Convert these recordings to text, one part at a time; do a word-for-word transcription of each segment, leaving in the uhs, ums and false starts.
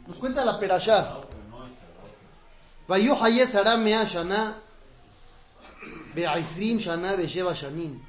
Nos cuenta la Perashá. Vayu haye Sara mea shana be'isrim shana be'sheva shanim.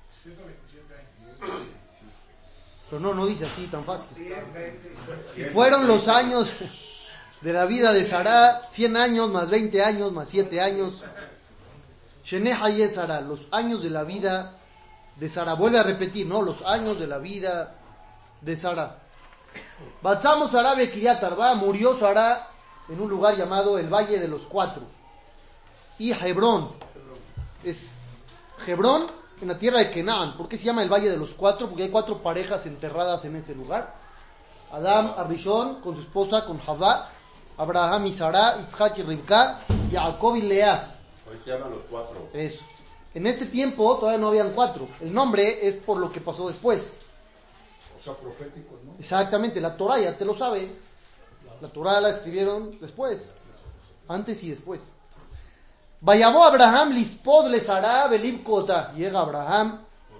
Pero no, no dice así tan fácil. Y fueron los años de la vida de Sara, cien años más veinte años más siete años. Shene haye Sara, los años de la vida de Sara. Vuelve a repetir, ¿no? Los años de la vida de Sara. Batzamos Sara be'Kiriat Arba, murió Sara en un lugar llamado el Valle de los Cuatro. Y Hebrón, es Hebrón en la tierra de Canaán. ¿Por qué se llama el Valle de los Cuatro? Porque hay cuatro parejas enterradas en ese lugar. Adam, Arishon, con su esposa, con Javá, Abraham y Sara, Isaac y Rivka, Jacob y Lea. Hoy se llaman los cuatro. Eso. En este tiempo todavía no habían cuatro. El nombre es por lo que pasó después. O sea, proféticos, ¿no? Exactamente, la Torah ya te lo sabe. La Torah la escribieron después, antes y después. Vayabó Abraham lispod le Sara belibkota. Llega Abraham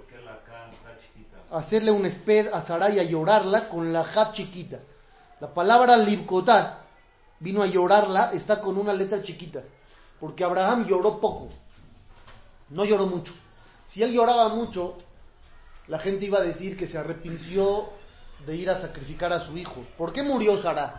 a hacerle un esped a Sara y a llorarla con la jaf chiquita. La palabra libkota, vino a llorarla, está con una letra chiquita. Porque Abraham lloró poco, no lloró mucho. Si él lloraba mucho, la gente iba a decir que se arrepintió de ir a sacrificar a su hijo. ¿Por qué murió Sara?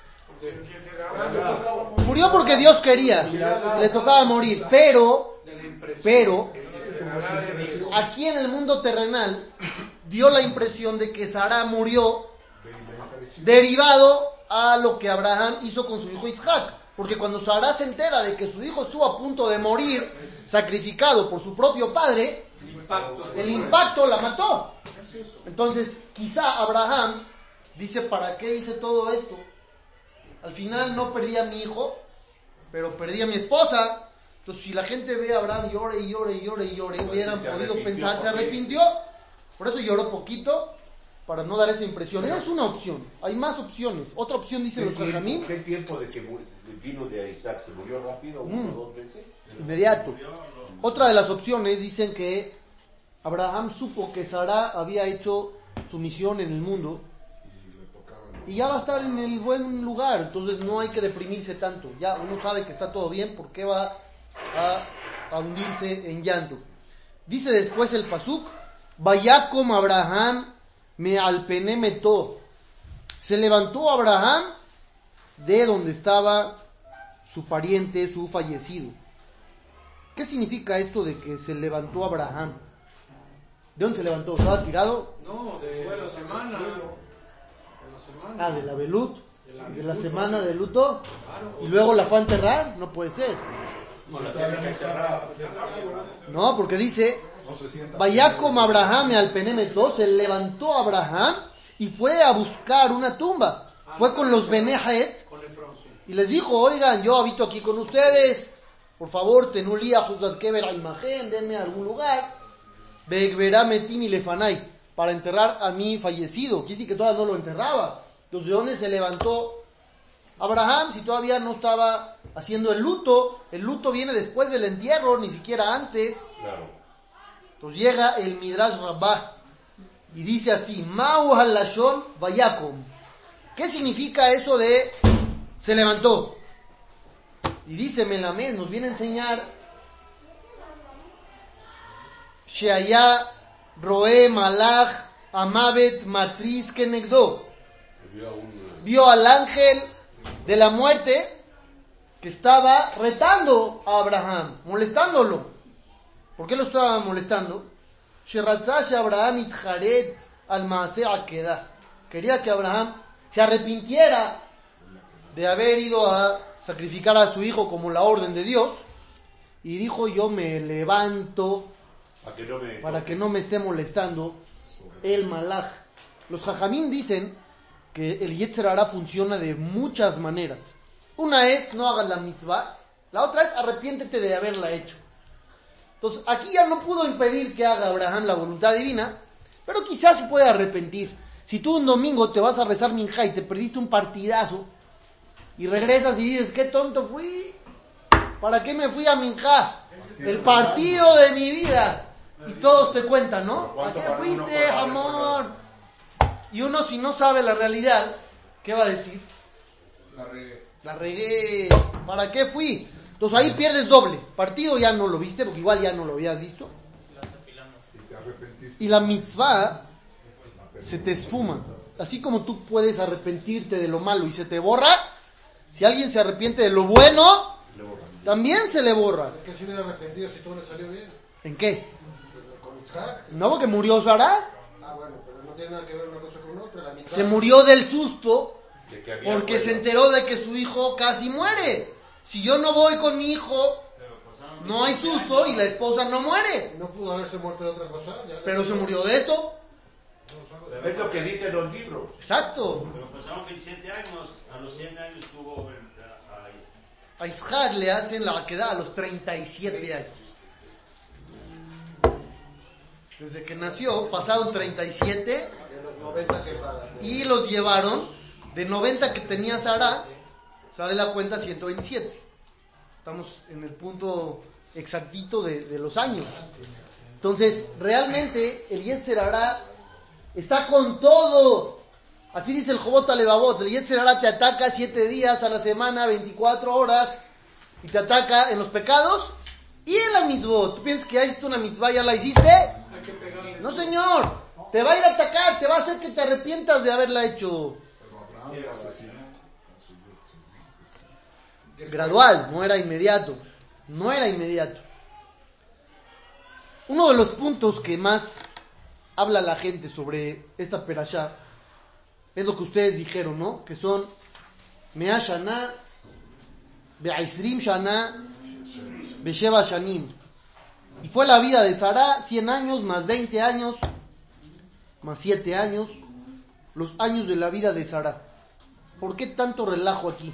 Murió porque Dios quería, le tocaba morir, pero, pero, aquí en el mundo terrenal, dio la impresión de que Sara murió derivado a lo que Abraham hizo con su hijo Isaac, porque cuando Sara se entera de que su hijo estuvo a punto de morir, sacrificado por su propio padre, el impacto la mató. Entonces, quizá Abraham dice, ¿para qué hice todo esto? Al final no perdí a mi hijo, pero perdí a mi esposa. Entonces, si la gente ve a Abraham llore y llore y llore y llore, hubieran podido pensar, se arrepintió. Por eso lloró poquito, para no dar esa impresión. Esa es una opción. Hay más opciones. Otra opción, dicen los Jajamim. ¿Qué tiempo de que vino de Isaac? ¿Se murió rápido? ¿Uno o dos veces? Inmediato. Otra de las opciones dicen que Abraham supo que Sara había hecho su misión en el mundo y ya va a estar en el buen lugar, entonces no hay que deprimirse tanto. Ya uno sabe que está todo bien, ¿por qué va a, a hundirse en llanto? Dice después el pasuk, Vayakom Abraham me alpene meto. Se levantó Abraham de donde estaba su pariente, su fallecido. ¿Qué significa esto de que se levantó Abraham? ¿De dónde se levantó? ¿Estaba tirado? No, de la semana. Ah, de la velut, de la semana de luto, y luego la fue a enterrar. No puede ser. No, porque dice, vaya como Abraham y al penemeto, se levantó Abraham y fue a buscar una tumba. Fue con los Benejet y les dijo, oigan, yo habito aquí con ustedes, por favor, tenulía juzad keber a imagen, denme algún lugar, begverá metimi lefanay, para enterrar a mi fallecido. Quiere decir que todavía no lo enterraba. Entonces, ¿de dónde se levantó Abraham si todavía no estaba haciendo el luto? El luto viene después del entierro, ni siquiera antes. Claro. Entonces llega el Midrash Rabbah y dice así, Ma'u halashon vayakom. ¿Qué significa eso de se levantó? Y dice Melamed, nos viene a enseñar Sheaya Roe Malach Amavet Matriz Kenegdo. Vio al ángel de la muerte que estaba retando a Abraham, molestándolo. ¿Por qué lo estaba molestando? Abraham itjaret al maaseh akedah. Quería que Abraham se arrepintiera de haber ido a sacrificar a su hijo como la orden de Dios. Y dijo, yo me levanto para que no me, para que no me esté molestando el malaj. Los jajamín dicen que el Yetzer Hará funciona de muchas maneras. Una es, no hagas la mitzvah. La otra es, arrepiéntete de haberla hecho. Entonces, aquí ya no pudo impedir que haga Abraham la voluntad divina, pero quizás se puede arrepentir. Si tú un domingo te vas a rezar minjá y te perdiste un partidazo, y regresas y dices, qué tonto fui, ¿para qué me fui a minjá? El partido de mi vida. Y todos te cuentan, ¿no? ¿A qué fuiste, amor? Y uno, si no sabe la realidad, ¿qué va a decir? La regué. La regué. ¿Para qué fui? Entonces ahí pierdes doble. Partido ya no lo viste, porque igual ya no lo habías visto. Y te arrepentiste. Y la mitzvah se te esfuma. Así como tú puedes arrepentirte de lo malo y se te borra, si alguien se arrepiente de lo bueno, también se le borra. ¿Qué se hubiera arrepentido si todo le salió bien? ¿En qué? ¿Con Isaac? No, porque murió Sara. Ah, bueno, pero no tiene nada que ver una cosa con otra. La mitad. Se murió del susto De que había porque muerto. se enteró de que su hijo casi muere. Si yo no voy con mi hijo, no hay susto y la esposa no muere. No pudo haberse muerto de otra cosa. Ya Pero se murió de esto. Es lo que dicen los libros. Exacto. Pero pasaron veintisiete años, a los cien años tuvo el, a, A Isaac le hacen la queda a los treinta y siete años. Desde que nació, pasaron treinta y siete de los noventa que para. y los llevaron de noventa que tenía Sara, sale la cuenta ciento veintisiete. Estamos en el punto exactito de, de los años. Entonces, realmente el Yetzer Hará está con todo. Así dice el Jobot Alevavot. El Yetzer Hará te ataca siete días a la semana, veinticuatro horas, y te ataca en los pecados y en la mitzvot. ¿Tú piensas que ya hiciste una mitzvah, ya la hiciste? No, señor. Te va a ir a atacar, te va a hacer que te arrepientas de haberla hecho. Pero Abraham lo asesinó. Gradual, no era inmediato. No era inmediato. Uno de los puntos que más habla la gente sobre esta perashá es lo que ustedes dijeron, ¿no? Que son Mea Shana, Be'aisrim Shana, Be'sheva Shanim. Y fue la vida de Sara cien años más veinte años más siete años, los años de la vida de Sara. ¿Por qué tanto relajo aquí?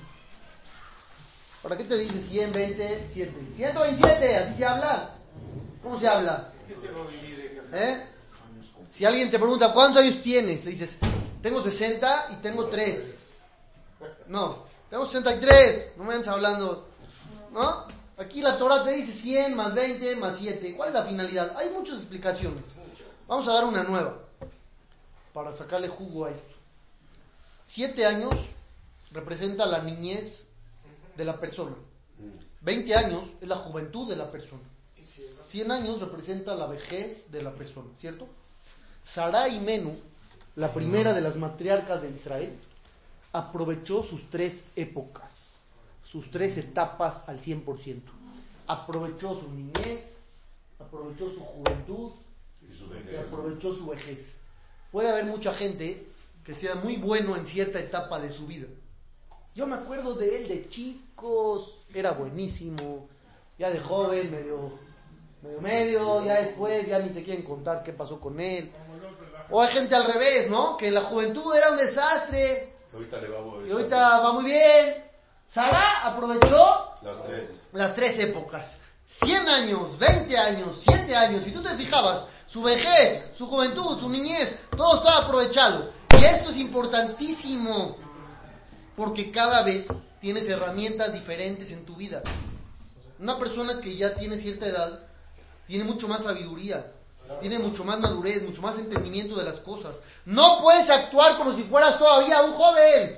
¿Para qué te dice cien, veinte, siete? ciento veintisiete, así se habla. ¿Cómo se habla? Es que se lo divide. ¿Eh? Si alguien te pregunta, ¿cuántos años tienes? Le dices, tengo sesenta y tengo tres. No, tengo sesenta y tres. No me andes hablando. ¿No? Aquí la Torah te dice cien más veinte más siete. ¿Cuál es la finalidad? Hay muchas explicaciones. Vamos a dar una nueva para sacarle jugo a esto. Siete años representa la niñez de la persona. veinte años es la juventud de la persona. cien años representa la vejez de la persona, ¿cierto? Sara y Menú, la primera de las matriarcas de Israel, aprovechó sus tres épocas, sus tres etapas al cien por ciento. Aprovechó su niñez, aprovechó su juventud Y su y vejez. aprovechó su vejez. Puede haber mucha gente que sea muy bueno en cierta etapa de su vida. Yo me acuerdo de él de chicos, era buenísimo, ya de joven, medio, medio, medio, ya después ya ni te quieren contar qué pasó con él. O hay gente al revés, ¿no? Que en la juventud era un desastre Ahorita le vamos y ahorita va muy bien. Sara aprovechó las tres. las tres épocas. cien años, veinte años, siete años. Si tú te fijabas, su vejez, su juventud, su niñez, todo estaba aprovechado. Y esto es importantísimo, porque cada vez tienes herramientas diferentes en tu vida. Una persona que ya tiene cierta edad tiene mucho más sabiduría, tiene mucho más madurez, mucho más entendimiento de las cosas. No puedes actuar como si fueras todavía un joven.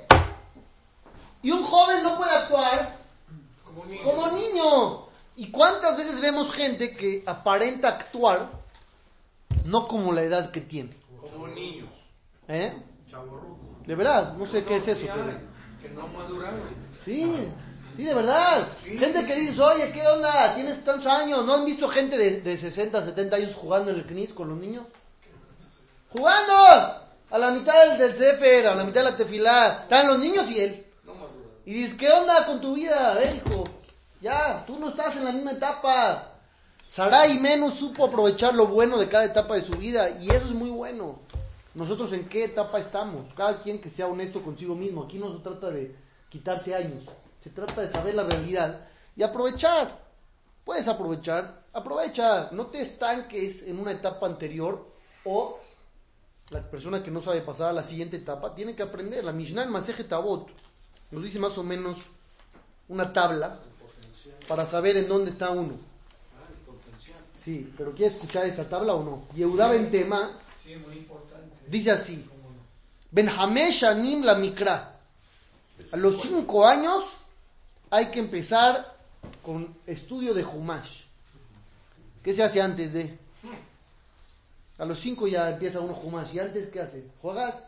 Y un joven no puede actuar Como niño. como niño. ¿Y cuántas veces vemos gente que aparenta actuar no como la edad que tiene? Como niños. ¿Eh? Chavorruco. De verdad, no sé qué es eso. Sí, pero- que no maduraron. Sí, sí, de verdad. Gente que dice, oye, ¿qué onda? Tienes tantos años. ¿No han visto gente de, de sesenta, setenta años jugando en el C N I S con los niños? ¡Jugando! A la mitad del, del Sefer, a la mitad de la Tefilá. Están los niños y él. No maduraron. Y dices, ¿qué onda con tu vida? A ver, hijo, ya, tú no estás en la misma etapa. Sarai menos supo aprovechar lo bueno de cada etapa de su vida, y eso es muy bueno. Nosotros en qué etapa estamos, cada quien que sea honesto consigo mismo. Aquí no se trata de quitarse años, se trata de saber la realidad y aprovechar. Puedes aprovechar, aprovecha, no te estanques en una etapa anterior, o la persona que no sabe pasar a la siguiente etapa tiene que aprender. La Mishnah en Masejet Avot nos dice más o menos una tabla para saber en dónde está uno. Sí, pero ¿quieres escuchar esta tabla o no? Yehudá Ben Tema Sí, muy importante. dice así: Ben Hamesh Shanim la Mikra. A los cinco años hay que empezar con estudio de Humash. ¿Qué se hace antes de? A los cinco ya empieza uno Humash. ¿Y antes qué hace? ¿Juegas?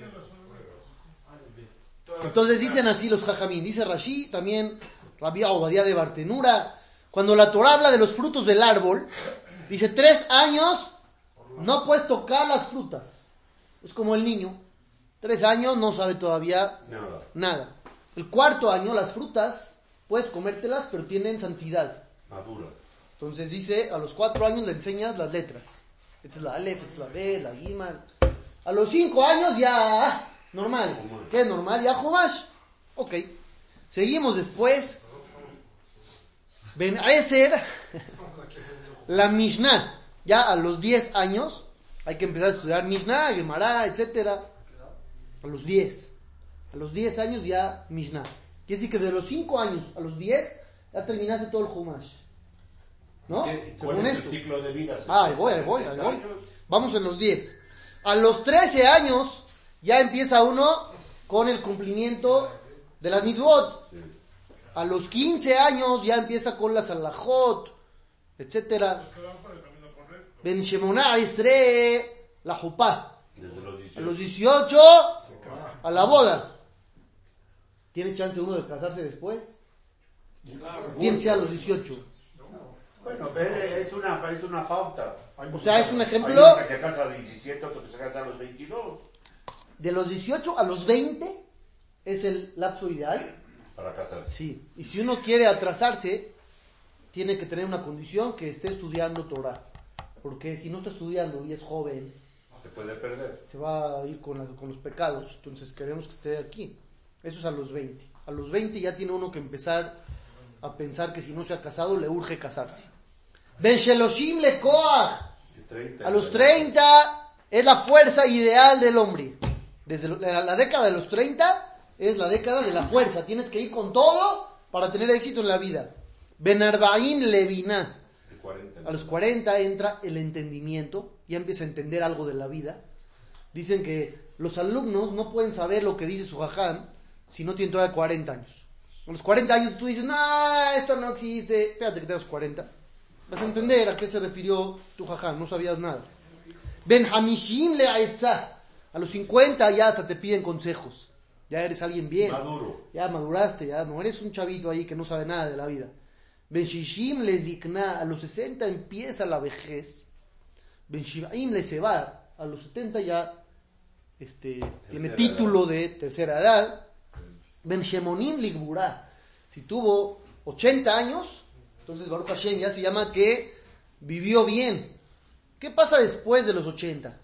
Entonces dicen así los Jajamín. Dice Rashi, también Rabbi Obadiah de Bartenura. Cuando la Torah habla de los frutos del árbol, dice tres años no puedes tocar las frutas. Es como el niño. Tres años no sabe todavía Nada. nada. El cuarto año las frutas puedes comértelas, pero tienen santidad. Madura. Entonces dice, a los cuatro años le enseñas las letras. Esta es la Aleph, esta es la B, la Gimal. A los cinco años ya, normal. ¿Qué es normal? Ya Humash. Ok. Seguimos después. Ben Ezer, la Mishnah. Ya a los diez años hay que empezar a estudiar Mishnah, Gemara, etcétera. A los diez. A los diez años ya Mishnah. Quiere decir que de los cinco años a los diez ya terminaste todo el Humash. ¿No? ¿Qué- Según ¿Cuál es esto. el ciclo de vida? Ah, ahí voy, ahí voy, ahí sesenta voy. años. Vamos en los diez. A los trece años ya empieza uno con el cumplimiento de las mitzvot. A los quince años ya empieza con las alajot, etcétera. Ben Shemonah Esre, la jupá. Desde los A dieciocho. los dieciocho, a la boda. ¿Tiene chance uno de casarse después? Tiene que ser a los dieciocho. Bueno, pero es una, es una pauta. O sea, es un Hay ejemplo uno que se casa a los diecisiete, otro que se casa a los veintidós. de los dieciocho a los veinte es el lapso ideal. Para casarse. Sí, y si uno quiere atrasarse, tiene que tener una condición que esté estudiando Torah. Porque si no está estudiando y es joven, Se puede perder. se va a ir con, las- con los pecados. Entonces queremos que esté aquí. Eso es a los veinte. A los veinte ya tiene uno que empezar a pensar que si no se ha casado, le urge casarse. Ben Sheloshim le Koach. De treinta. A los treinta es la fuerza ideal del hombre. Desde lo- la, la década de los treinta es la década de la fuerza. Tienes que ir con todo para tener éxito en la vida. Ben Arbaim Leviná. De cuarenta. A los cuarenta entra el entendimiento. Ya empieza a entender algo de la vida. Dicen que los alumnos no pueden saber lo que dice su jajam si no tienen todavía cuarenta años. A los cuarenta años tú dices, no, esto no existe. Espérate que tengas cuarenta. Vas a entender a qué se refirió tu jajam. No sabías nada. Ben Hamishim Le'aitzah. A los cincuenta ya hasta te piden consejos. Ya eres alguien bien. Maduro. Ya maduraste, ya no eres un chavito ahí que no sabe nada de la vida. Ben Shishim le zikna, a los sesenta empieza la vejez. Ben Shivaim le sebar, a los setenta ya este, tiene título de tercera edad. Ben Shemonim ligburá, si tuvo ochenta años, entonces Baruch Hashem ya se llama que vivió bien. ¿Qué pasa después de los ochenta?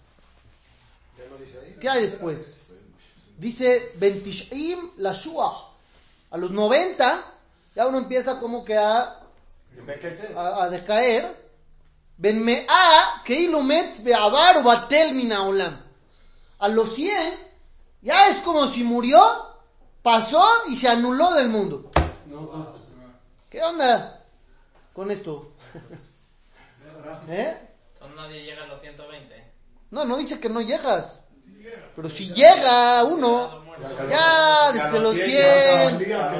¿Qué hay después? Dice Ben Tish'im la Shuach, a los noventa ya uno empieza como que a Envejecer. a, a decaer. Ben Me'a Keilumet Be'avar o Batel Minaolam. A los cien ya es como si murió, pasó y se anuló del mundo. ¿Qué onda con esto? ¿Eh? Entonces nadie llega a los ciento veinte. No, no dice que no llegas. Pero si llega uno, ya desde los cien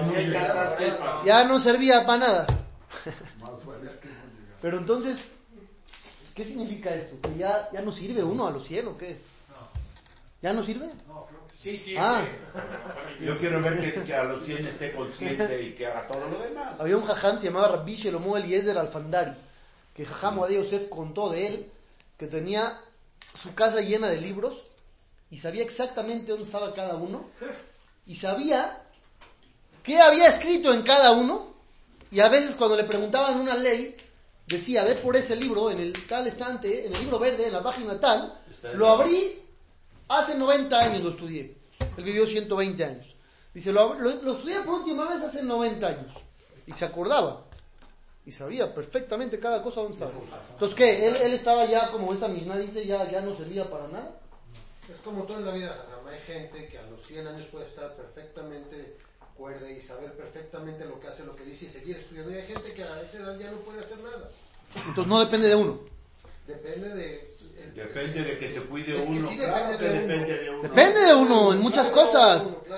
ya no servía para nada. Más vale que no llegar. Pero entonces, ¿qué significa esto? ¿Que ya, ya no sirve uno a los cien o qué? ¿Ya no sirve? Sí, sí. Ah. Yo quiero ver que, que a los cien esté consciente y que haga todo lo demás. Había un jajam, se llamaba Rabbi Shelomo Eliezer Alfandari, que jajam Ovadia Yosef contó de él, que tenía su casa llena de libros, y sabía exactamente dónde estaba cada uno, y sabía qué había escrito en cada uno, y a veces cuando le preguntaban una ley, decía, ve por ese libro, en el tal estante, en el libro verde, en la página tal, lo abrí, hace noventa años lo estudié, él vivió ciento veinte años, dice, lo, lo, lo estudié por última vez hace noventa años, y se acordaba, y sabía perfectamente cada cosa dónde estaba. Entonces, ¿qué? Él, él estaba ya, como esta Mishnah dice, ya, ya no servía para nada. Es como todo en la vida, Jajam. Hay gente que a los cien años puede estar perfectamente cuerda y saber perfectamente lo que hace, lo que dice y seguir estudiando. Y hay gente que a esa edad ya no puede hacer nada. Entonces no depende de uno. Depende de... el- Depende de que se cuide es que uno. sí Claro depende que de uno. depende de uno. Depende de uno en muchas Claro, cosas. uno, claro.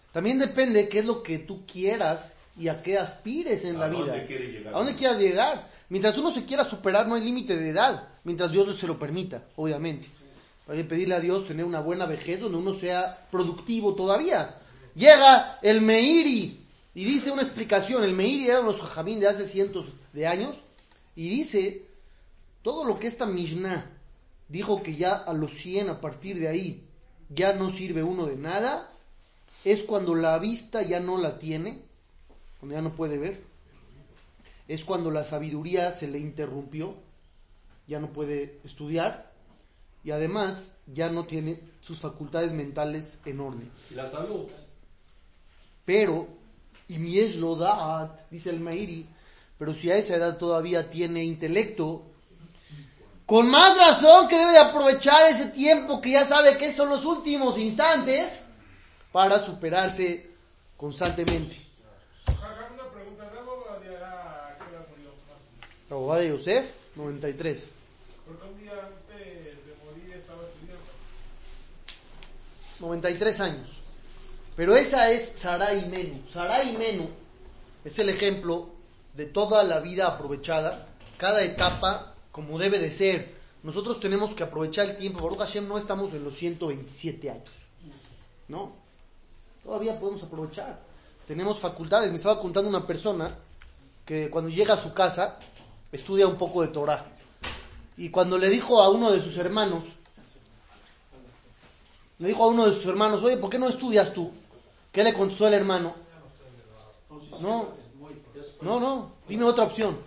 También depende qué es lo que tú quieras y a qué aspires en la vida. ¿A dónde quiere llegar? ¿A dónde quieras llegar? Mientras uno se quiera superar, no hay límite de edad. Mientras Dios se lo permita, obviamente. Hay que pedirle a Dios tener una buena vejez donde uno sea productivo todavía. Llega el Meiri y dice una explicación. El Meiri eran los jajamín de hace cientos de años. Y dice, todo lo que esta Mishnah dijo que ya a los cien, a partir de ahí, ya no sirve uno de nada, es cuando la vista ya no la tiene, cuando ya no puede ver. Es cuando la sabiduría se le interrumpió, ya no puede estudiar. Y además ya no tiene sus facultades mentales en orden. ¿Y la salud? Pero, y mi es lo da'at, dice el Meiri, pero si a esa edad todavía tiene intelecto, con más razón que debe de aprovechar ese tiempo que ya sabe que son los últimos instantes para superarse constantemente. Una pregunta, ¿Rabo de Ará qué edad murió? La abogada de Yosef, noventa y tres. Porque un día antes de morir estaba estudiando. noventa y tres años. Pero esa es Sarai Menú. Sarai Menú es el ejemplo de toda la vida aprovechada, cada etapa como debe de ser. Nosotros tenemos que aprovechar el tiempo. Baruch Hashem, no estamos en los ciento veintisiete años. No. Todavía podemos aprovechar. Tenemos facultades. Me estaba contando una persona que cuando llega a su casa estudia un poco de Torah. Y cuando le dijo a uno de sus hermanos, le dijo a uno de sus hermanos, oye, ¿por qué no estudias tú? ¿Qué le contestó el hermano? No, no, no, dime otra opción.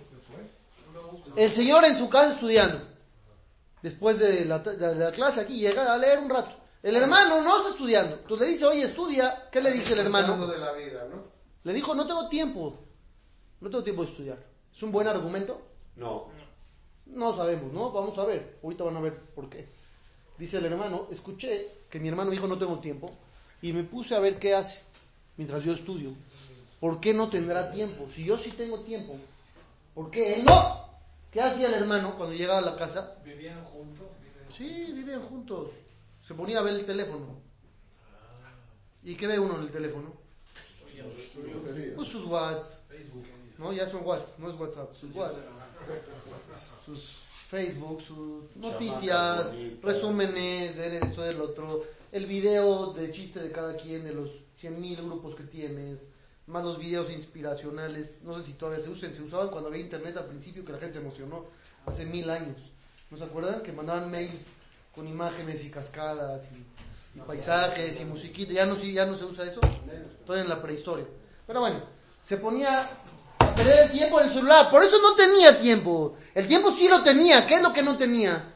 El señor en su casa estudiando. Después de la, de la clase aquí llega a leer un rato. El hermano no está estudiando. Entonces le dice, oye, estudia. ¿Qué le dice el hermano? De la vida, ¿no? Le dijo, no tengo tiempo. No tengo tiempo de estudiar. ¿Es un buen argumento? No. No sabemos, ¿no? Vamos a ver. Ahorita van a ver por qué. Dice el hermano, escuché que mi hermano dijo no tengo tiempo y me puse a ver qué hace mientras yo estudio. ¿Por qué no tendrá tiempo? Si yo sí tengo tiempo, ¿por qué él no? ¿Qué hacía el hermano cuando llegaba a la casa? ¿Vivían juntos? ¿Vivían... Sí, vivían juntos. Se ponía a ver el teléfono. ¿Y qué ve uno en el teléfono? Pues sus WhatsApp. No, ya son WhatsApp, no es WhatsApp, sus WhatsApp. Sus Facebook, sus noticias, resúmenes de esto, del otro, el video de chiste de cada quien, de los cien mil grupos que tienes, más los videos inspiracionales, no sé si todavía se usan, se usaban cuando había internet al principio, que la gente se emocionó, hace mil años. ¿No se acuerdan? Que mandaban mails con imágenes y cascadas y, y paisajes y musiquita, ya no, ya no se usa eso, todavía en la prehistoria. Pero bueno, se ponía a perder el tiempo en el celular, por eso no tenía tiempo. El tiempo sí lo tenía, ¿qué es lo que no tenía?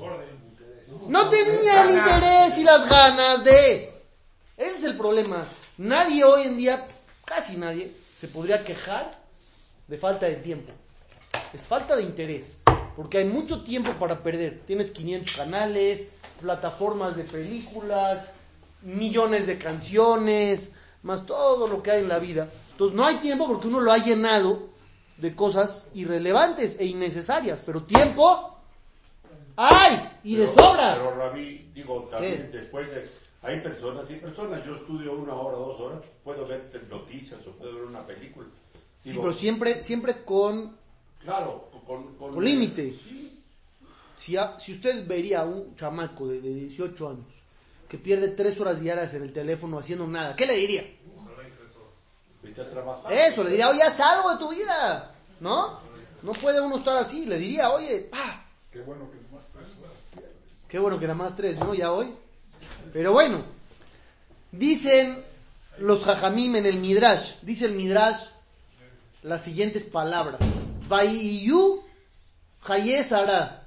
No tenía el interés y las ganas de... Ese es el problema. Nadie hoy en día, casi nadie, se podría quejar de falta de tiempo. Es falta de interés, porque hay mucho tiempo para perder. Tienes quinientos canales, plataformas de películas, millones de canciones, más todo lo que hay en la vida. Entonces no hay tiempo porque uno lo ha llenado de cosas irrelevantes e innecesarias, pero tiempo hay y de Pero, sobra. pero Rabí, digo, también ¿Qué? después de- hay personas y personas, yo estudio una hora, dos horas, puedo ver noticias o puedo ver una película. Sí, Digo, pero siempre, siempre con, claro, con, con, con límite. Sí, Si, a- si usted vería a un chamaco de, de dieciocho años que pierde tres horas diarias en el teléfono haciendo nada, ¿qué le diría? vete a trabajar. Eso, le diría, oye, haz algo de tu vida, ¿no? No puede uno estar así, le diría, oye, ¡pah! Qué bueno que más tres horas pierdes. Qué bueno que nada más tres, ¿no? Ya hoy. Pero bueno, dicen los jajamim en el Midrash, dice el Midrash las siguientes palabras. Vaiyu Haye Sara.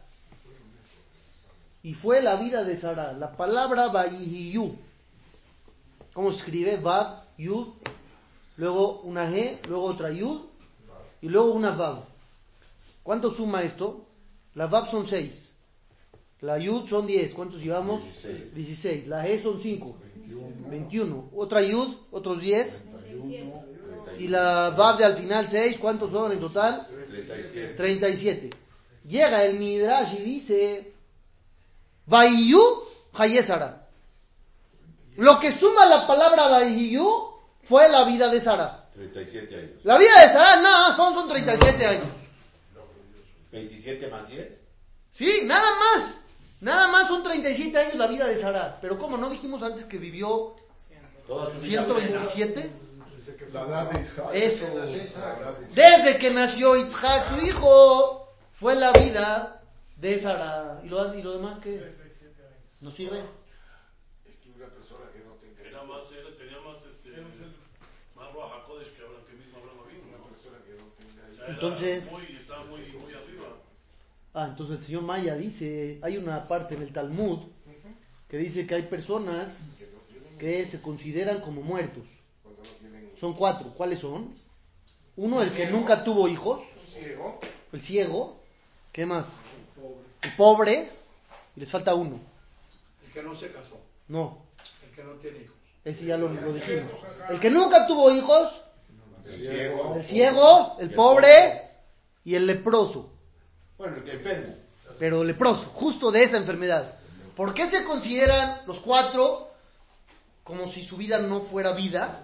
Y fue la vida de Sara. La palabra Vaiyu. ¿Cómo se escribe? Vav, Yud, luego una G, luego otra Yud, y luego una Vav. ¿Cuánto suma esto? La Vav son seis. La Yud son diez. ¿Cuántos llevamos? dieciséis. dieciséis. La G son cinco. veintiuno. Otra Yud, otros diez. Y la Vav de al final seis. ¿Cuántos son en total? treinta y siete. treinta y siete. Llega el Midrash y dice, Vaiyu Hayesara. Lo que suma la palabra Vayhiyu fue la vida de Sara. treinta y siete años. La vida de Sara nada más son, son treinta y siete años. veintisiete más diez. Sí, nada más. Nada más son treinta y siete años la vida de Sara. Pero ¿cómo no dijimos antes que vivió Toda su vida ciento veintisiete? La edad de Isaac. Eso. La edad de Isaac. Desde que nació Yitzhak, su hijo, fue la vida de Sara. ¿Y lo, y lo demás qué? ¿No sirve? Es que una persona que no tenga Era más, era, tenía más, este, más Ruach HaKodesh que habla, que mismo hablaba bien. una persona que no tenga O sea, era Entonces- muy, estaba muy, muy arriba. Ah, entonces el señor Maya dice, hay una parte en el Talmud que dice que hay personas que se consideran como muertos. Son cuatro. ¿Cuáles son? Uno, el que nunca tuvo hijos. Ciego. El ciego. ¿Qué más? El pobre. Y les falta uno. El que no se casó, No, el que no tiene hijos. ese ya lo, lo dijimos. El que nunca tuvo hijos. ciego. El ciego, el pobre y el leproso. Bueno, el que enfermo. Pero leproso, justo de esa enfermedad. ¿Por qué se consideran los cuatro como si su vida no fuera vida?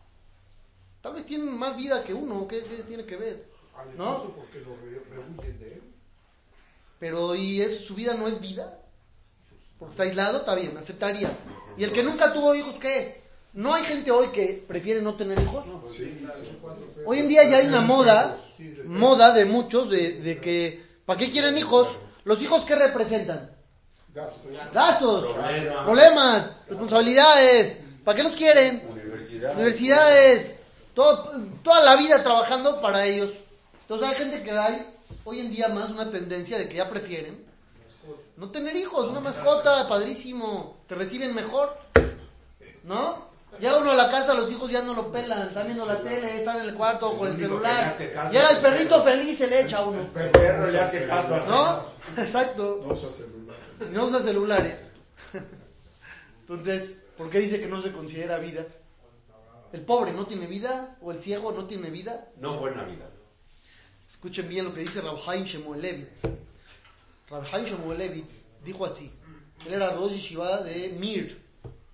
Tal vez tienen más vida que uno, ¿qué, qué tiene que ver? ¿No? porque lo re- rehuyen de él. Pero ¿y es, su vida no es vida? Porque está aislado, está bien, aceptaría. ¿Y el que nunca tuvo hijos, qué? ¿No hay gente hoy que prefiere no tener hijos? Sí, sí. Hoy en día ya hay una moda, moda de muchos, de, de que, ¿para qué quieren hijos? ¿Los hijos qué representan? Gasto. Gastos, Problemas. problemas, responsabilidades. ¿Para qué los quieren? Universidad. Universidades, todo, toda la vida trabajando para ellos. Entonces hay gente que hay hoy en día más una tendencia de que ya prefieren no tener hijos, una mascota, padrísimo, te reciben mejor, ¿no? Ya uno a la casa, los hijos ya no lo pelan, están viendo la tele, están en el cuarto con el celular. Y ahora el perrito feliz se le echa a uno, El perro ya se caso así. ¿no? Exacto. No usa celular. Y no usa celulares. Entonces, ¿por qué dice que no se considera vida? ¿El pobre no tiene vida? ¿O el ciego no tiene vida? No buena vida. Escuchen bien lo que dice Rav Chaim Shemuelevitz. Rav Chaim Shemuelevitz dijo así. Él era Rosh Yeshiva de Mir.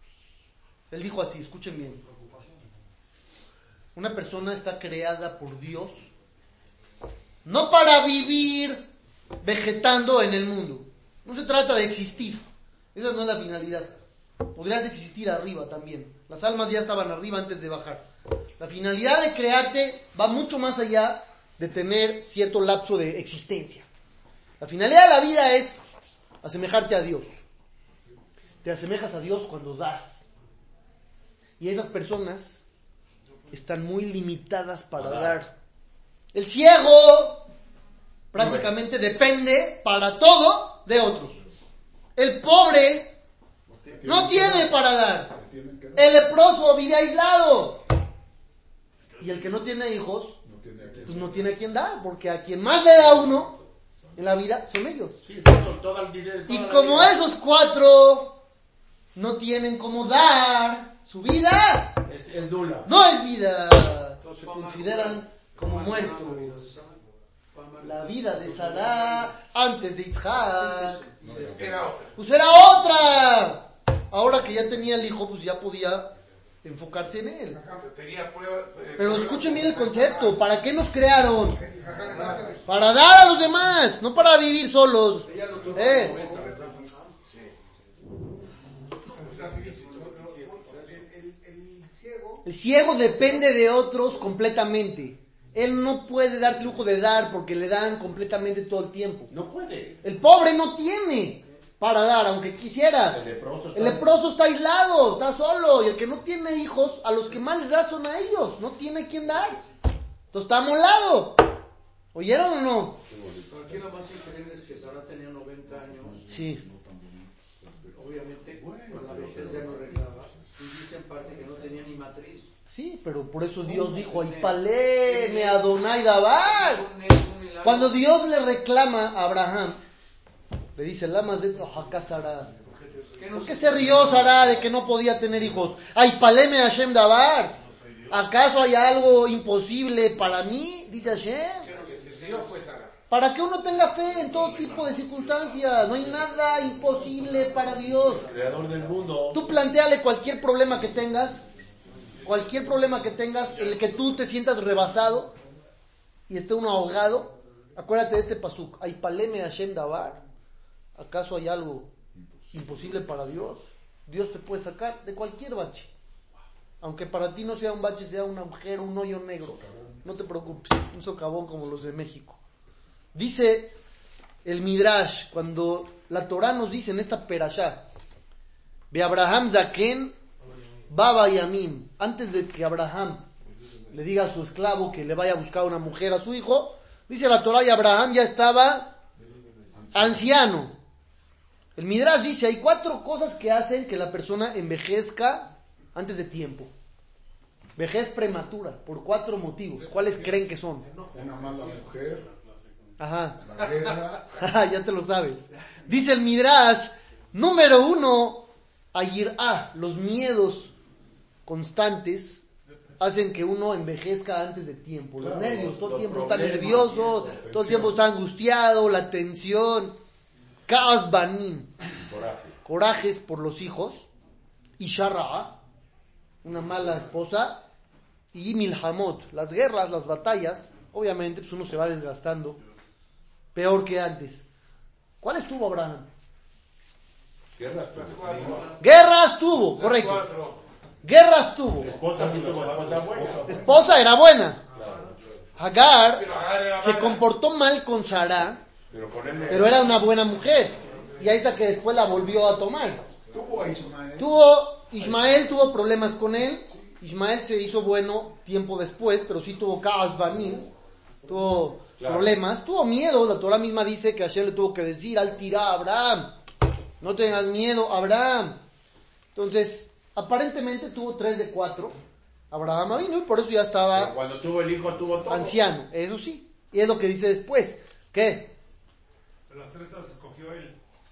Él dijo así, escuchen bien. Una persona está creada por Dios no para vivir vegetando en el mundo. No se trata de existir. Esa no es la finalidad. Podrías existir arriba también. Las almas ya estaban arriba antes de bajar. La finalidad de crearte va mucho más allá de tener cierto lapso de existencia. La finalidad de la vida es asemejarte a Dios. Te asemejas a Dios cuando das. Y esas personas están muy limitadas para dar. El ciego prácticamente depende para todo de otros. El pobre no tiene para dar. El leproso vive aislado. Y el que no tiene hijos, pues no tiene a quien dar, porque a quien más le da uno en la vida son ellos. Sí, son todo el dinero. Y toda la como vida. esos cuatro no tienen cómo dar su vida, Es, es nula. no es vida, se consideran como muertos. La vida de Sará antes de Yitzhak, Era otra. pues era otra. Ahora que ya tenía el hijo, pues ya podía enfocarse en él. Tenía prueba. eh, Pero pruebas. escuchen bien el concepto, ¿para qué nos crearon? Para dar a los demás, no para vivir solos. Eh. El ciego depende de otros completamente. Él no puede darse el lujo de dar porque le dan completamente todo el tiempo. No puede. El pobre no tiene para dar, aunque quisiera. El leproso está- El leproso está aislado, está solo. Y el que no tiene hijos, a los que más les da son a ellos. No tiene quien dar. Entonces está amolado. ¿Oyeron o no? Pero aquí lo más increíble es que Sara tenía noventa años. Sí. Obviamente, con la vejez ya no arreglaba. Y dice en parte que no tenía ni matriz. Sí, pero por eso Dios dijo, ay palé, me Adonai Dabar. Es un- es un milagro. Cuando Dios le reclama a Abraham, le dice, Lamas de Tzahaka Sara. ¿Qué nos- ¿Por qué se rió Sara de que no podía tener hijos? Ay palé me Hashem Dabar. ¿Acaso hay algo imposible para mí? Dice Hashem. Que lo que se río fue Sara. Para que uno tenga fe en todo tipo de circunstancias. No hay nada imposible para Dios. El creador del mundo. Tú planteale cualquier problema que tengas, cualquier problema que tengas en el que tú te sientas rebasado y esté uno ahogado. Acuérdate de este pasuk. Aipaleme Hashem Davar. ¿Acaso hay algo imposible para Dios? Dios te puede sacar de cualquier bache. Aunque para ti no sea un bache, sea un agujero, un hoyo negro. No te preocupes, un socavón como los de México. Dice el Midrash, cuando la Torah nos dice en esta perashá, Be Abraham Zaken, Baba Yamim, antes de que Abraham le diga a su esclavo que le vaya a buscar una mujer a su hijo, dice la Torah, y Abraham ya estaba anciano. El Midrash dice, hay cuatro cosas que hacen que la persona envejezca antes de tiempo. Vejez prematura, por cuatro motivos. ¿Cuáles creen que son? Una mala mujer, Ajá. la guerra, Ya te lo sabes. Dice el Midrash, número uno, ayirá, los miedos constantes hacen que uno envejezca antes de tiempo. Los Claro, nervios, los- todo el los tiempo está problemas, nervioso, la todo el tiempo está angustiado, la tensión. Kaas banim, Coraje. corajes por los hijos. Y sharra, una mala esposa. Y milhamot, las guerras, las batallas. Obviamente pues uno se va desgastando peor que antes. ¿Cuál estuvo Abraham? Guerras tuvo. Guerras tuvo, correcto. Guerras tuvo. Esposa sí tuvo, esposa buena. Esposa era buena. Hagar Pero Agar era se mala. comportó mal con Sarah, Pero con él. pero era una buena mujer. Y ahí está que después la volvió a tomar. tuvo a Ismael. Tuvo, Ismael tuvo problemas con él. Ismael se hizo bueno tiempo después, pero sí tuvo Kaas Banim. Tuvo Claro. problemas. Tuvo miedo. La Torah misma dice que Hashem le tuvo que decir, al tirá a Abraham. No tengas miedo, Abraham. Entonces, aparentemente tuvo tres de cuatro. Abraham vino y por eso ya Pero estaba cuando tuvo el hijo, tuvo todo. anciano. Eso sí. Y es lo que dice después. ¿Qué? De las tres las escogió él.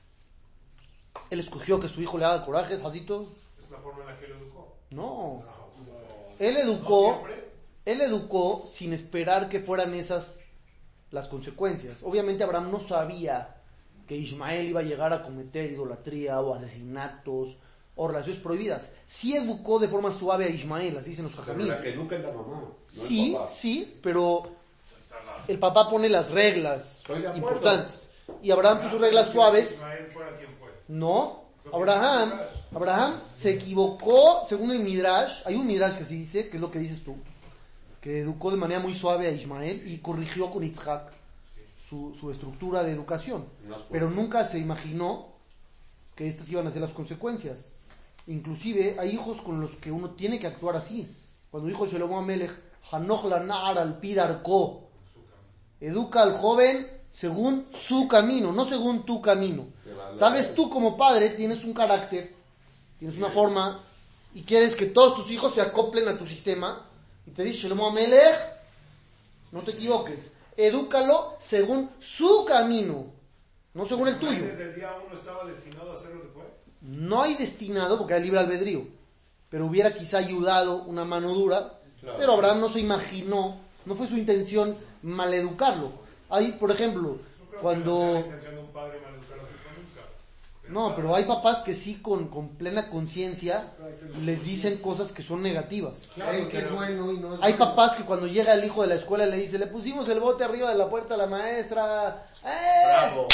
Él escogió que su hijo le haga coraje, Jacito. Es la forma en la que lo educó. No. Él educó, él educó sin esperar que fueran esas las consecuencias. Obviamente Abraham no sabía que Ismael iba a llegar a cometer idolatría o asesinatos o relaciones prohibidas. Sí educó de forma suave a Ismael, así dicen los Pero jajamim. la que educa es la mamá. No el Sí, papá. sí, pero el papá pone las reglas Estoy de acuerdo. importantes. Y Abraham puso reglas suaves. Ismael fuera quien fue. No, Abraham, Abraham se equivocó según el Midrash. Hay un Midrash que sí dice, que es lo que dices tú, que educó de manera muy suave a Ismael y corrigió con Isaac su, su estructura de educación. Pero nunca se imaginó que estas iban a ser las consecuencias. Inclusive hay hijos con los que uno tiene que actuar así. Cuando dijo Shlomo Amelech, Hanoch lanar al pirarco, educa al joven según su camino, no según tu camino. Tal vez tú como padre tienes un carácter, tienes una forma y quieres que todos tus hijos se acoplen a tu sistema y te dice Shlomo Amelech, no te equivoques, edúcalo según su camino, no según el tuyo. Desde el día uno estaba destinado a hacer lo que fue. No hay destinado porque hay libre albedrío, pero hubiera quizá ayudado una mano dura, Claro. pero Abraham no se imaginó, no fue su intención maleducarlo. Hay, por ejemplo, cuando... No es la intención de un padre maleducar a su hijo nunca. No, pero hay papás que sí con, con plena conciencia les dicen cosas que son negativas. Creen que es bueno y no es Hay bueno. papás que cuando llega el hijo de la escuela le dice, le pusimos el bote arriba de la puerta a la maestra. ¡Eh! Bravo.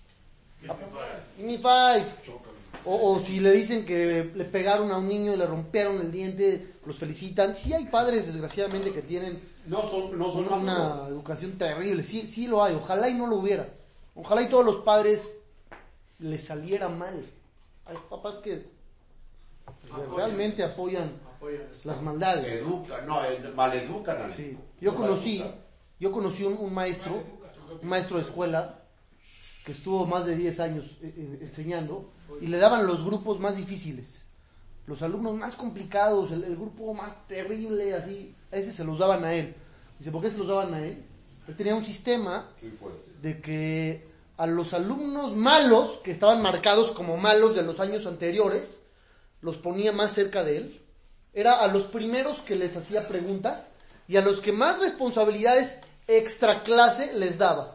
Give me five. O, o si le dicen que le pegaron a un niño y le rompieron el diente, los felicitan. Sí hay padres, desgraciadamente, que tienen No son, no son una malos. educación terrible. Sí, sí lo hay. Ojalá y no lo hubiera. Ojalá y todos los padres les saliera mal. Hay papás que realmente apoyan Apoyan eso. las maldades. Educa, no, eh, maleducan al Sí. hijo. Yo No conocí, maleducan. yo conocí un, un maestro, un maestro de escuela que estuvo más de diez años eh, eh, enseñando y le daban los grupos más difíciles, los alumnos más complicados, el, el grupo más terrible, así, a ese se los daban a él. Dice, ¿por qué se los daban a él? Él tenía un sistema Muy fuerte. de que a los alumnos malos, que estaban marcados como malos de los años anteriores, los ponía más cerca de él. Era a los primeros que les hacía preguntas y a los que más responsabilidades extra clase les daba.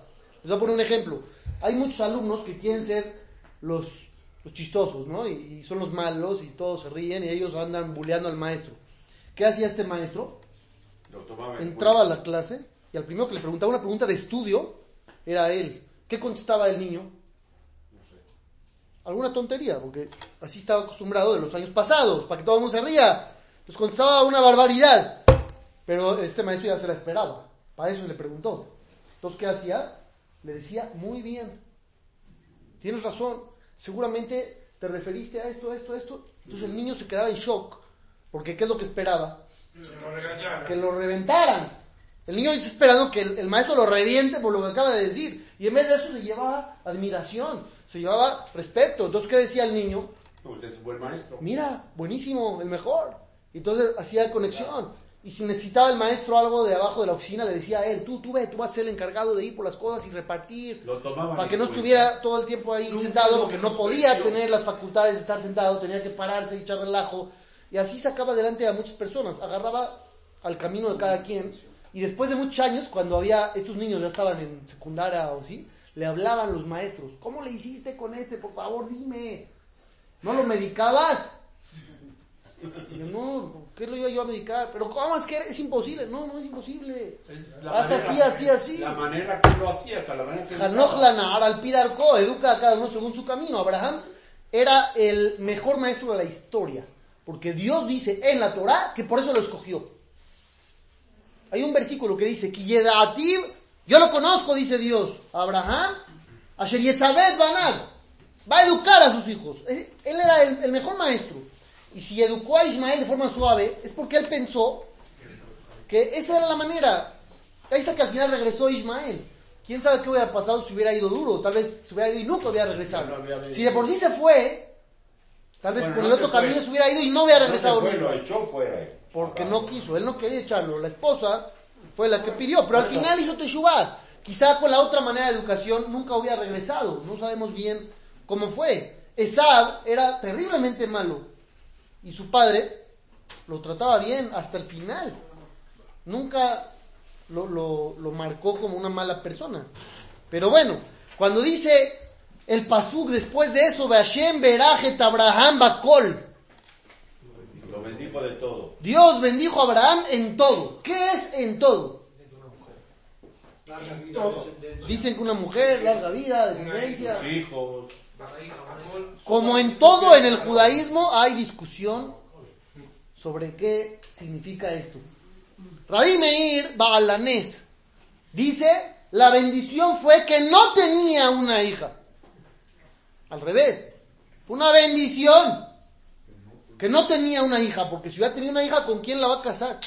Les voy a poner un ejemplo. Hay muchos alumnos que quieren ser los, los chistosos, ¿no? Y, y son los malos y todos se ríen y ellos andan bulleando al maestro. ¿Qué hacía este maestro? Lo tomaba en Entraba a cuenta. la clase y al primero que le preguntaba una pregunta de estudio era él. ¿Qué contestaba el niño? No sé. Alguna tontería, porque así estaba acostumbrado de los años pasados, para que todo el mundo se ría. Entonces contestaba una barbaridad. Pero este maestro ya se la esperaba. Para eso le preguntó. Entonces, ¿qué hacía? Le decía, muy bien. Tienes razón. Seguramente te referiste a esto, a esto, a esto. Entonces el niño se quedaba en shock. Porque ¿qué es lo que esperaba? Que lo reventaran. El niño está esperando que el, el maestro lo reviente por lo que acaba de decir. Y en vez de eso se llevaba admiración. Se llevaba respeto. Entonces, ¿qué decía el niño? No, usted es un buen maestro. Mira, buenísimo, el mejor. Entonces hacía conexión. Y si necesitaba el maestro algo de abajo de la oficina, le decía a él, tú, tú ve, tú vas a ser el encargado de ir por las cosas y repartir. Lo tomaban Para que en no cuenta. estuviera todo el tiempo ahí Nunca sentado, lo porque no podía menospreció. tener las facultades de estar sentado, tenía que pararse y echar relajo. Y así sacaba adelante a muchas personas, agarraba al camino de cada quien. Y después de muchos años, cuando había, estos niños ya estaban en secundaria o sí, le hablaban los maestros, ¿cómo le hiciste con este? Por favor, dime. ¿No lo medicabas? Y yo, no, ¿por qué lo iba yo a medicar? Pero ¿cómo es que es imposible? No, no es imposible. La Haz manera- así, así, así. La manera que lo hacía, la manera que Hanoch Lanar al Pidarco, educa a cada uno según su camino. Abraham era el mejor maestro de la historia, porque Dios dice en la Torah que por eso lo escogió. Hay un versículo que dice, Kiyedativ, yo lo conozco, dice Dios, Abraham, Asher Yetzabed Banag, va a educar a sus hijos. Él era el, el mejor maestro. Y si educó a Ismael de forma suave, es porque él pensó que esa era la manera. Ahí está que al final regresó Ismael. ¿Quién sabe qué hubiera pasado si hubiera ido duro? Tal vez se hubiera ido y nunca hubiera regresado. No había venido. Si de por sí se fue, tal vez Bueno, por no el otro se fue. camino se hubiera ido y no hubiera No regresado se fue, nunca. lo echó fuera. eh. Porque no quiso, él no quería echarlo. La esposa fue la que pidió, pero al final hizo Teshuvah. Quizá con la otra manera de educación nunca hubiera regresado. No sabemos bien cómo fue. Esab era terriblemente malo. Y su padre lo trataba bien hasta el final. Nunca lo, lo, lo marcó como una mala persona. Pero bueno, cuando dice el pasuk después de eso, Be'ashem Berajet Abraham Bakol, Lo bendijo de todo. Dios bendijo a Abraham en todo. ¿Qué es en todo? Larga vida, descendencia. Dicen que una mujer, larga vida, descendencia. Sus hijos. Como en todo en el judaísmo hay discusión sobre qué significa esto. Rabbi Meir Baalanés dice, la bendición fue que no tenía una hija. Al revés, fue una bendición que no tenía una hija, porque si hubiera tenido una hija, ¿con quién la va a casar?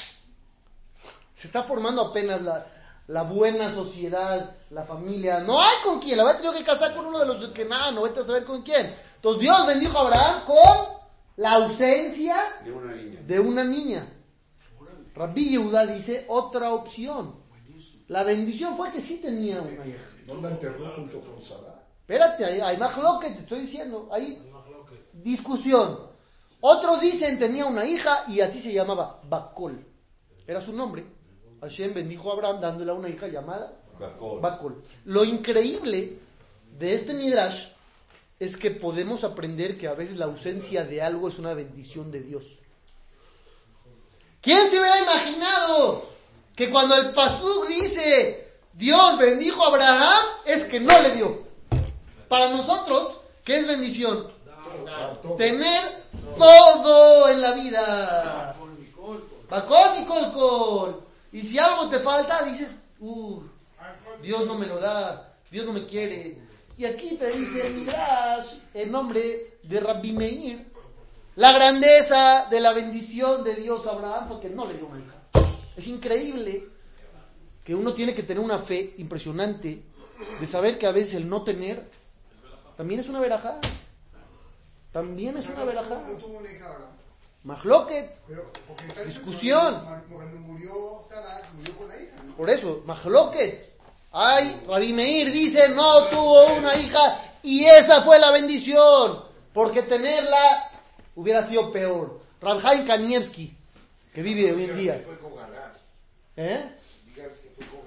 Se está formando apenas la, la buena sociedad, la familia. No hay con quién, la va a tener que casar con uno de los que nada, no vete a saber con quién. Entonces Dios bendijo a Abraham con la ausencia De una niña. de una niña. Rabbi Yehuda dice otra opción. La bendición fue que sí tenía una hija. ¿No la enterró junto con Sara? Espérate, hay, hay más lo que te estoy diciendo. Hay discusión. Otros dicen tenía una hija y así se llamaba Bakol. Era su nombre. Hashem bendijo a Abraham dándole a una hija llamada Jacob. Bakol. Lo increíble de este Midrash es que podemos aprender que a veces la ausencia de algo es una bendición de Dios. ¿Quién se hubiera imaginado que cuando el pasuk dice Dios bendijo a Abraham es que no le dio? Para nosotros, ¿qué es bendición? Todo. Tener todo en la vida. Bakol y colcol. Y si algo te falta, dices, uh, Dios no me lo da, Dios no me quiere. Y aquí te dice el Midrash, en nombre de Rabbi Meir, la grandeza de la bendición de Dios a Abraham fue que no le dio una hija. Es increíble que uno tiene que tener una fe impresionante de saber que a veces el no tener también es una verajá. También es una verajá. No tuvo una hija ahora. Mahloket, Pero, porque está diciendo discusión. que Cuando murió Sara, murió con la hija, ¿no? Por eso, Mahloket. Ay, Rabbi Meir dice, no tuvo una hija y esa fue la bendición. Porque tenerla hubiera sido peor. Rabhaim Kanievski, que vive hoy en día. Fue con Agar. ¿Eh? Díganse que fue con Agar.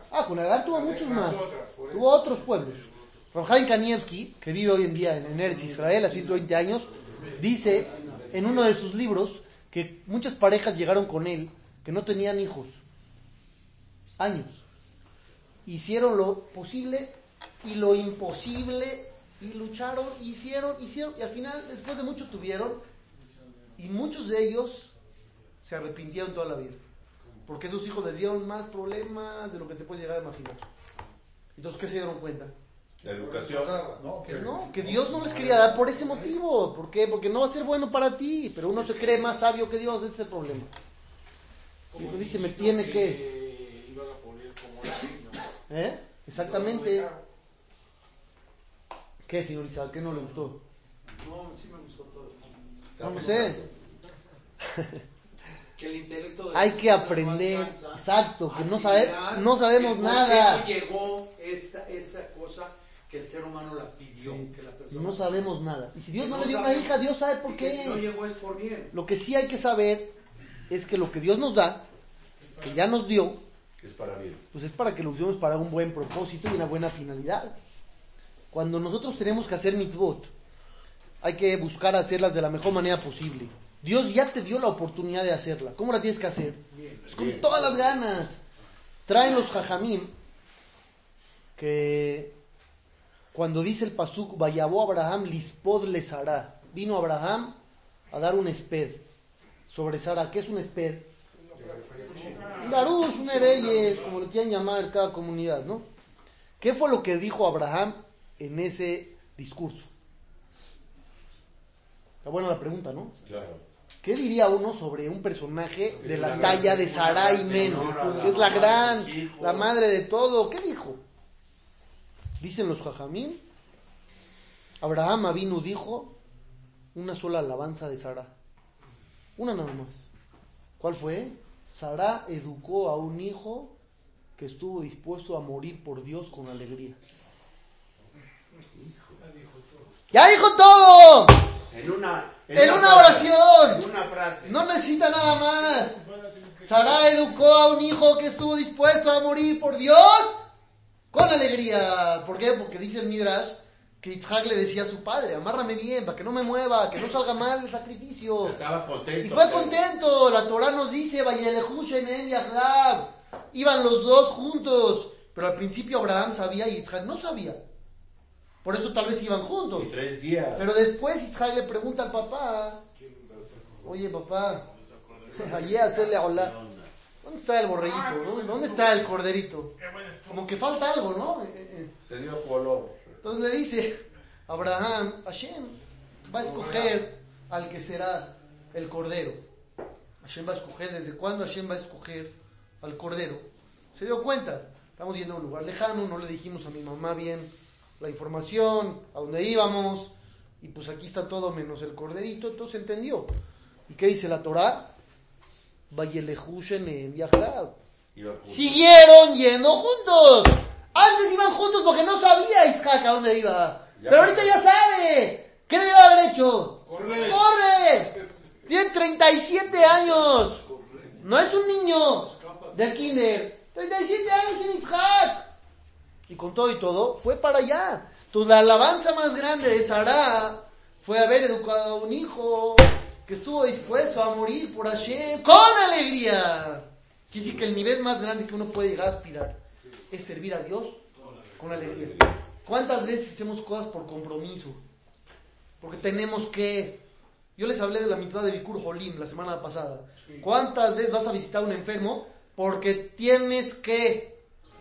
Ah, con Agar tuvo muchos más. Tuvo otros pueblos. Rav Chaim Kanievsky, que vive hoy en día en Eretz Israel a ciento veinte años, dice en uno de sus libros que muchas parejas llegaron con él que no tenían hijos. Años. Hicieron lo posible y lo imposible y lucharon, hicieron, hicieron y al final, después de mucho tuvieron y muchos de ellos se arrepintieron toda la vida. Porque esos hijos les dieron más problemas de lo que te puedes llegar a imaginar. Entonces, ¿qué se dieron cuenta? La educación. No, Que no, que Dios no les quería dar por ese motivo. ¿Por qué? Porque no va a ser bueno para ti. Pero uno se cree más sabio que Dios, ese es el problema. Y uno dice, me tiene que... Iban a poner como la ley, ¿no? ¿Eh? Exactamente. ¿Qué, señor Isaac? ¿Qué no le gustó? No, sí me gustó todo. No lo sé. Que el intelecto de Hay que aprender. Exacto, que no, sabe, no sabemos nada. No llegó esa, esa cosa que el ser humano la pidió. Sí. Que la persona No sabemos nada. Y si Dios Que no no le dio una sabemos. hija, Dios sabe por y que si no qué. llegó es por bien. Lo que sí hay que saber es que lo que Dios nos da, que ya nos dio, Es para bien. pues es para que lo usemos para un buen propósito y una buena finalidad. Cuando nosotros tenemos que hacer mitzvot, hay que buscar hacerlas de la mejor manera posible. Dios ya te dio la oportunidad de hacerla. ¿Cómo la tienes que hacer? Pues con Bien. todas las ganas. Traen los jajamim que cuando dice el pasuk, vayabó Abraham lispod le Sará, vino Abraham a dar un esped sobre Sara. ¿Qué es un esped? Un darush, un hereye, como le quieran llamar cada comunidad, ¿no? ¿Qué fue lo que dijo Abraham en ese discurso? Está buena la pregunta, ¿no? Claro. ¿Qué diría uno sobre un personaje de la la talla gran de Sarai señora, Men? la Es la madre gran, de los hijos. la madre de todo. ¿Qué dijo? Dicen los jajamim, Abraham Avinu dijo una sola alabanza de Sara. Una nada más. ¿Cuál fue? Sara educó a un hijo que estuvo dispuesto a morir por Dios con alegría. ¡Ya dijo todo! En una, En una oración. En una frase. No necesita nada más. Sara educó a un hijo que estuvo dispuesto a morir por Dios con alegría. ¿Por qué? Porque dice el Midrash que Isaac le decía a su padre, amárrame bien para que no me mueva, que no salga mal el sacrificio. Estaba contento. Y fue contento. La Torah nos dice, Vayelehu shenehem yachdav. Iban los dos juntos. Pero al principio Abraham sabía y Isaac no sabía. Por eso tal vez iban juntos. Y tres días. Pero después Isaac le pregunta al papá, oye papá, allí hacerle a hola, ¿dónde está el borreguito? ¿Dónde, dónde está el corderito? Como que falta algo, ¿no? Eh, eh. Se dio color. Entonces le dice Abraham, Hashem va a escoger al que será el cordero. Hashem va a escoger, ¿desde cuándo Hashem va a escoger al cordero? Se dio cuenta, estamos yendo a un lugar lejano, no le dijimos a mi mamá bien la información, a dónde íbamos, y pues aquí está todo menos el corderito, entonces entendió. ¿Y qué dice la Torá? Vayelehu shenehem yachdav. Siguieron yendo juntos. Antes iban juntos porque no sabía Isaac a dónde iba. Ya. Pero ahorita ya sabe. ¿Qué debió haber hecho? Corre. ¡Corre! Tiene treinta y siete años. No es un niño del kinder. treinta y siete años tiene Isaac. Y con todo y todo, fue para allá. Entonces la alabanza más grande de Sará fue haber educado a un hijo que estuvo dispuesto a morir por Hashem con alegría. Quiere decir que el nivel más grande que uno puede llegar a aspirar es servir a Dios con alegría. ¿Cuántas veces hacemos cosas por compromiso? Porque tenemos que... Yo les hablé de la mitzvah de Bikur Jolim la semana pasada. ¿Cuántas veces vas a visitar a un enfermo? Porque tienes que...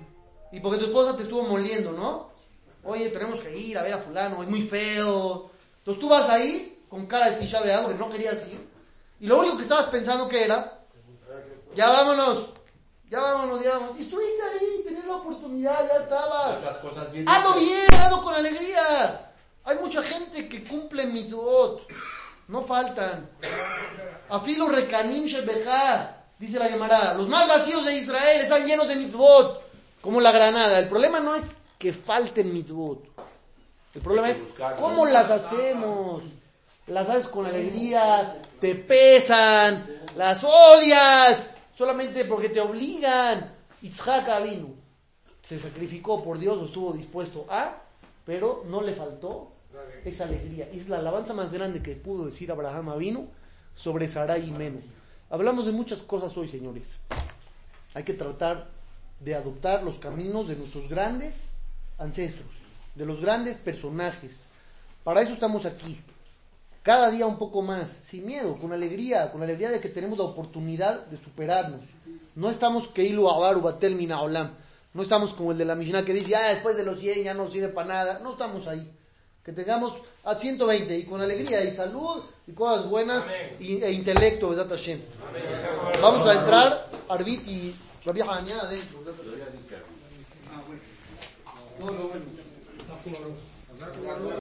Y porque tu esposa te estuvo moliendo, ¿no? Oye, tenemos que ir a ver a fulano, es muy feo. Entonces tú vas ahí con cara de Tisha B'Av, porque no querías ir. Y lo único que estabas pensando que era... Ya vámonos, ya vámonos, ya vámonos. Y estuviste ahí, tenías la oportunidad, ya estabas. Las cosas bien. Hazlo bien, hazlo con alegría. Hay mucha gente que cumple mitzvot. No faltan. Afilo rekanim shebechá, dice la Gemara. Los más vacíos de Israel están llenos de mitzvot, como la granada. El problema no es que falten mitzvot. El problema es cómo las hacemos. Las haces con alegría, te pesan, las odias, solamente porque te obligan. Yitzhak Avinu se sacrificó por Dios o estuvo dispuesto a, pero no le faltó esa alegría. Es la alabanza más grande que pudo decir Abraham Avinu sobre Sarai y Menú. Hablamos de muchas cosas hoy, señores. Hay que tratar de adoptar los caminos de nuestros grandes ancestros, de los grandes personajes. Para eso estamos aquí. Cada día un poco más, sin miedo, con alegría, con alegría de que tenemos la oportunidad de superarnos. No estamos keilu avaru batel mina olam. No estamos como el de la Mishnah que dice, ah, después de los cien ya no sirve para nada. No estamos ahí. Que tengamos a ciento veinte y con alegría y salud y cosas buenas y, e intelecto, Besat Hashem. Vamos a entrar, Arbit y Rabbi Hanania adentro. Ah, bueno. No, no, bueno.